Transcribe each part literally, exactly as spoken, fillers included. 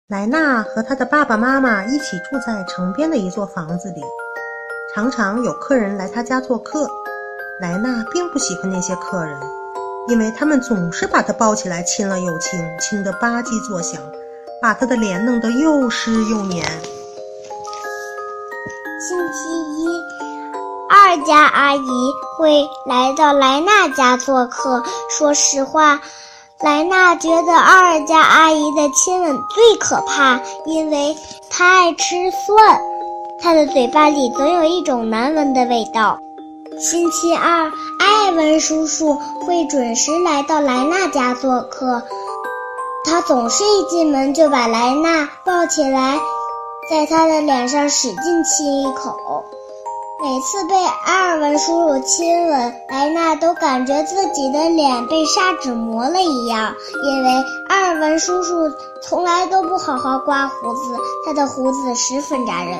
莱娜和她的爸爸妈妈一起住在城边的一座房子里，常常有客人来她家做客。莱娜并不喜欢那些客人，因为他们总是把她抱起来亲了又亲，亲得吧唧作响，把她的脸弄得又湿又黏。 星期一，二家阿姨会来到莱娜家做客。说实话，莱娜觉得二家阿姨的亲吻最可怕，因为她爱吃蒜，她的嘴巴里总有一种难闻的味道。星期二，艾文叔叔会准时来到莱娜家做客，他总是一进门就把莱娜抱起来，在她的脸上使劲亲一口。每次被阿尔文叔叔亲吻，莱娜都感觉自己的脸被砂纸磨了一样，因为阿尔文叔叔从来都不好好刮胡子，他的胡子十分扎人。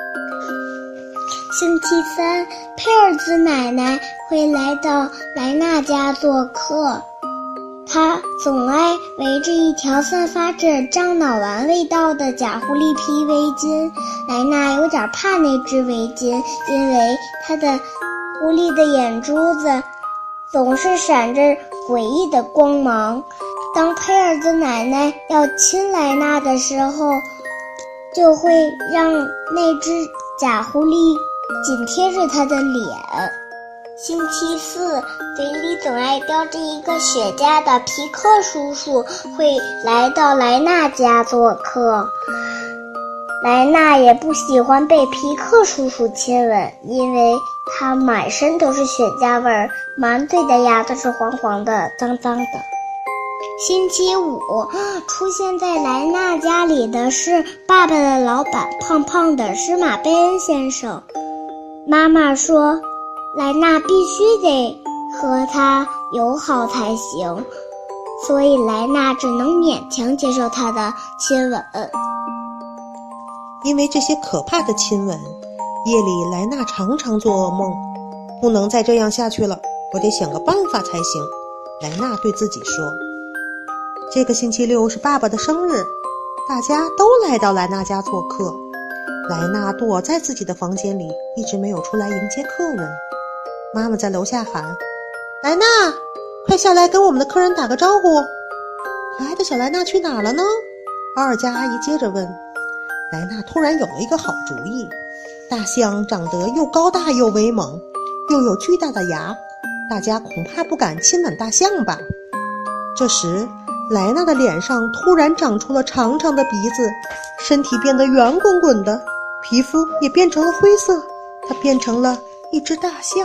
星期三，佩尔兹奶奶会来到莱娜家做客，她总爱围着一条散发着樟脑丸味道的假狐狸皮围巾。莱娜有点怕那只围巾，因为它的狐狸的眼珠子总是闪着诡异的光芒。当佩尔兹奶奶要亲莱娜的时候，就会让那只假狐狸紧贴着她的脸。星期四，嘴里总爱叼着一个雪茄的皮克叔叔会来到莱娜家做客。莱娜也不喜欢被皮克叔叔亲吻，因为他满身都是雪茄味儿，满嘴的牙都是黄黄的、脏脏的。星期五，出现在莱娜家里的是爸爸的老板，胖胖的施马贝恩先生。妈妈说莱娜必须得和他友好才行，所以莱娜只能勉强接受他的亲吻。 因为这些可怕的亲吻，夜里莱娜常常做噩梦。不能再这样下去了，我得想个办法才行，莱娜对自己说。这个星期六是爸爸的生日，大家都来到莱娜家做客。莱娜躲在自己的房间里，一直没有出来迎接客人。妈妈在楼下喊：莱娜，快下来跟我们的客人打个招呼。可爱的小莱娜去哪儿了呢？二家阿姨接着问。莱娜突然有了一个好主意，大象长得又高大又威猛，又有巨大的牙，大家恐怕不敢亲吻大象吧。这时莱娜的脸上突然长出了长长的鼻子，身体变得圆滚滚的，皮肤也变成了灰色，她变成了一只大象。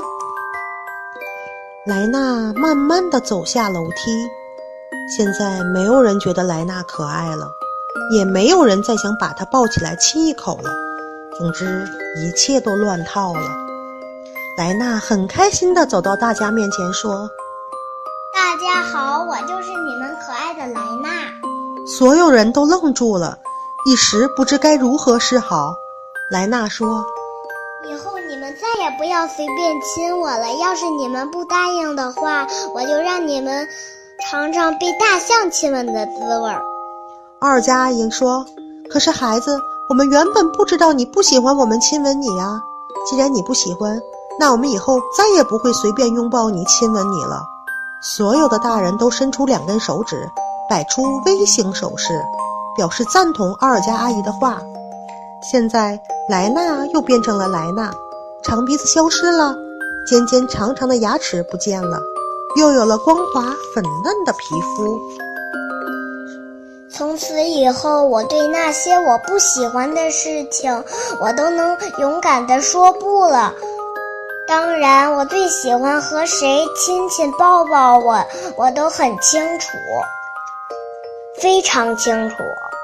莱娜慢慢地走下楼梯，现在没有人觉得莱娜可爱了，也没有人再想把她抱起来亲一口了。总之一切都乱套了。莱娜很开心地走到大家面前说： 大家好，我就是你们可爱的莱娜。 所有人都愣住了，一时不知该如何是好。莱娜说： 以后你们再也不要随便亲我了，要是你们不答应的话，我就让你们尝尝被大象亲吻的滋味。 二家阿姨说：可是孩子，我们原本不知道你不喜欢我们亲吻你呀。既然你不喜欢，那我们以后再也不会随便拥抱你亲吻你了。所有的大人都伸出两根手指，摆出 V 型手势，表示赞同二家阿姨的话。现在莱娜又变成了莱娜，长鼻子消失了，尖尖长长的牙齿不见了，又有了光滑粉嫩的皮肤。 从此以后，我对那些我不喜欢的事情，我都能勇敢地说不了。当然，我最喜欢和谁亲亲抱抱我，我都很清楚，非常清楚。